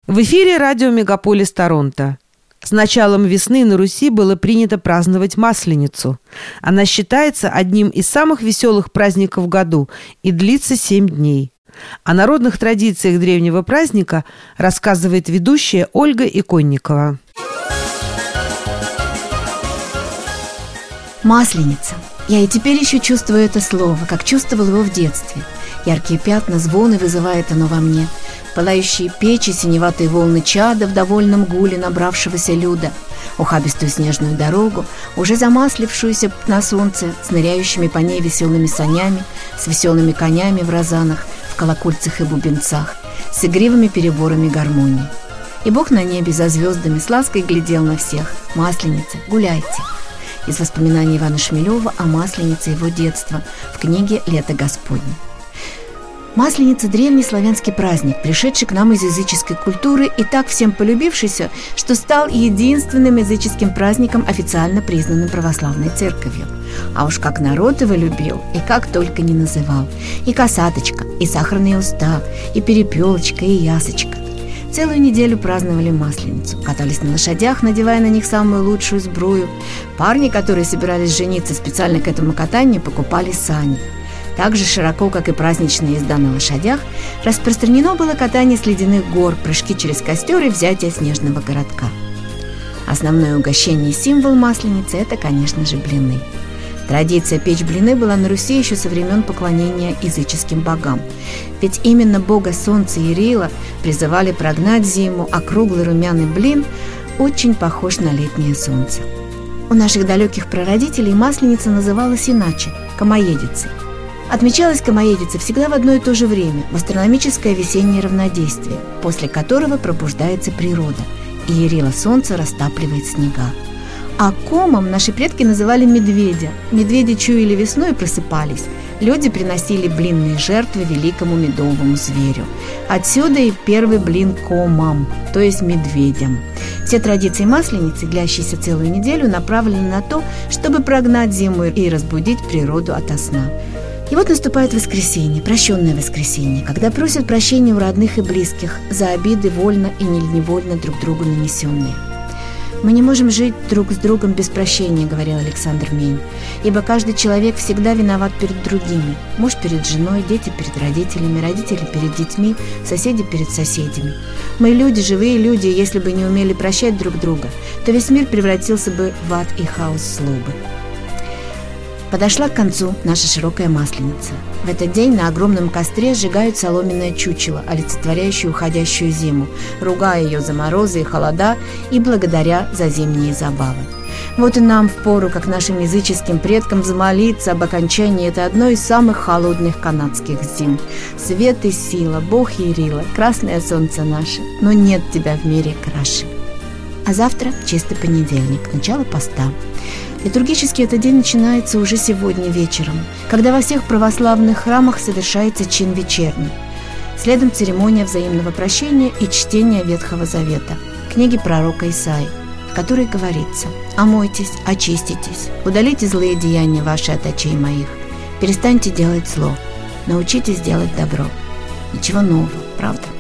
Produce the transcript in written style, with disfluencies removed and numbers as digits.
В эфире радио «Мегаполис Торонто». С началом весны на Руси было принято праздновать Масленицу. Она считается одним из самых веселых праздников в году и длится 7 дней. О народных традициях древнего праздника рассказывает ведущая Ольга Иконникова. Масленица. Я и теперь еще чувствую это слово, как чувствовал его в детстве. Яркие пятна, звоны вызывает оно во мне. Пылающие печи, синеватые волны чада в довольном гуле набравшегося люда, ухабистую снежную дорогу, уже замаслившуюся на солнце, с ныряющими по ней веселыми санями, с веселыми конями в розанах, в колокольцах и бубенцах, с игривыми переборами гармонии. И Бог на небе за звездами с лаской глядел на всех. Масленица, гуляйте. Из воспоминаний Ивана Шмелева о Масленице его детства в книге «Лето Господне». Масленица – древний славянский праздник, пришедший к нам из языческой культуры и так всем полюбившийся, что стал единственным языческим праздником, официально признанным православной церковью. А уж как народ его любил, и как только не называл. И косаточка, и сахарные уста, и перепелочка, и ясочка. Целую неделю праздновали Масленицу, катались на лошадях, надевая на них самую лучшую сбрую. Парни, которые собирались жениться специально к этому катанию, покупали сани. Так же широко, как и праздничная езда на лошадях, распространено было катание с ледяных гор, прыжки через костер и взятие снежного городка. Основное угощение и символ Масленицы – это, конечно же, блины. Традиция печь блины была на Руси еще со времен поклонения языческим богам. Ведь именно бога солнца Ярила призывали прогнать зиму, а круглый румяный блин очень похож на летнее солнце. У наших далеких прародителей Масленица называлась иначе – Комоедицей. Отмечалась Комоедица всегда в одно и то же время, в астрономическое весеннее равнодействие, после которого пробуждается природа, и Ярила солнца растапливает снега. А комом наши предки называли медведя. Медведи чуяли весну и просыпались. Люди приносили блинные жертвы великому медовому зверю. Отсюда и первый блин комам, то есть медведям. Все традиции Масленицы, длящиеся целую неделю, направлены на то, чтобы прогнать зиму и разбудить природу ото сна. И вот наступает воскресенье, прощенное воскресенье, когда просят прощения у родных и близких за обиды, вольно и невольно друг другу нанесенные. «Мы не можем жить друг с другом без прощения», — говорил Александр Мень, «ибо каждый человек всегда виноват перед другими. Муж перед женой, дети перед родителями, родители перед детьми, соседи перед соседями. Мы люди, живые люди, и если бы не умели прощать друг друга, то весь мир превратился бы в ад и хаос злобы». Подошла к концу наша широкая Масленица. В этот день на огромном костре сжигают соломенное чучело, олицетворяющее уходящую зиму, ругая ее за морозы и холода и благодаря за зимние забавы. Вот и нам впору, как нашим языческим предкам, взмолиться об окончании этой одной из самых холодных канадских зим. Свет и сила, Бог Ярила, красное солнце наше, но нет тебя в мире краше. А завтра чистый понедельник, начало поста. Литургически этот день начинается уже сегодня вечером, когда во всех православных храмах совершается чин вечерний. Следом церемония взаимного прощения и чтения Ветхого Завета, книги пророка Исаии, в которой говорится: «Омойтесь, очиститесь, удалите злые деяния ваши от очей моих, перестаньте делать зло, научитесь делать добро». Ничего нового, правда?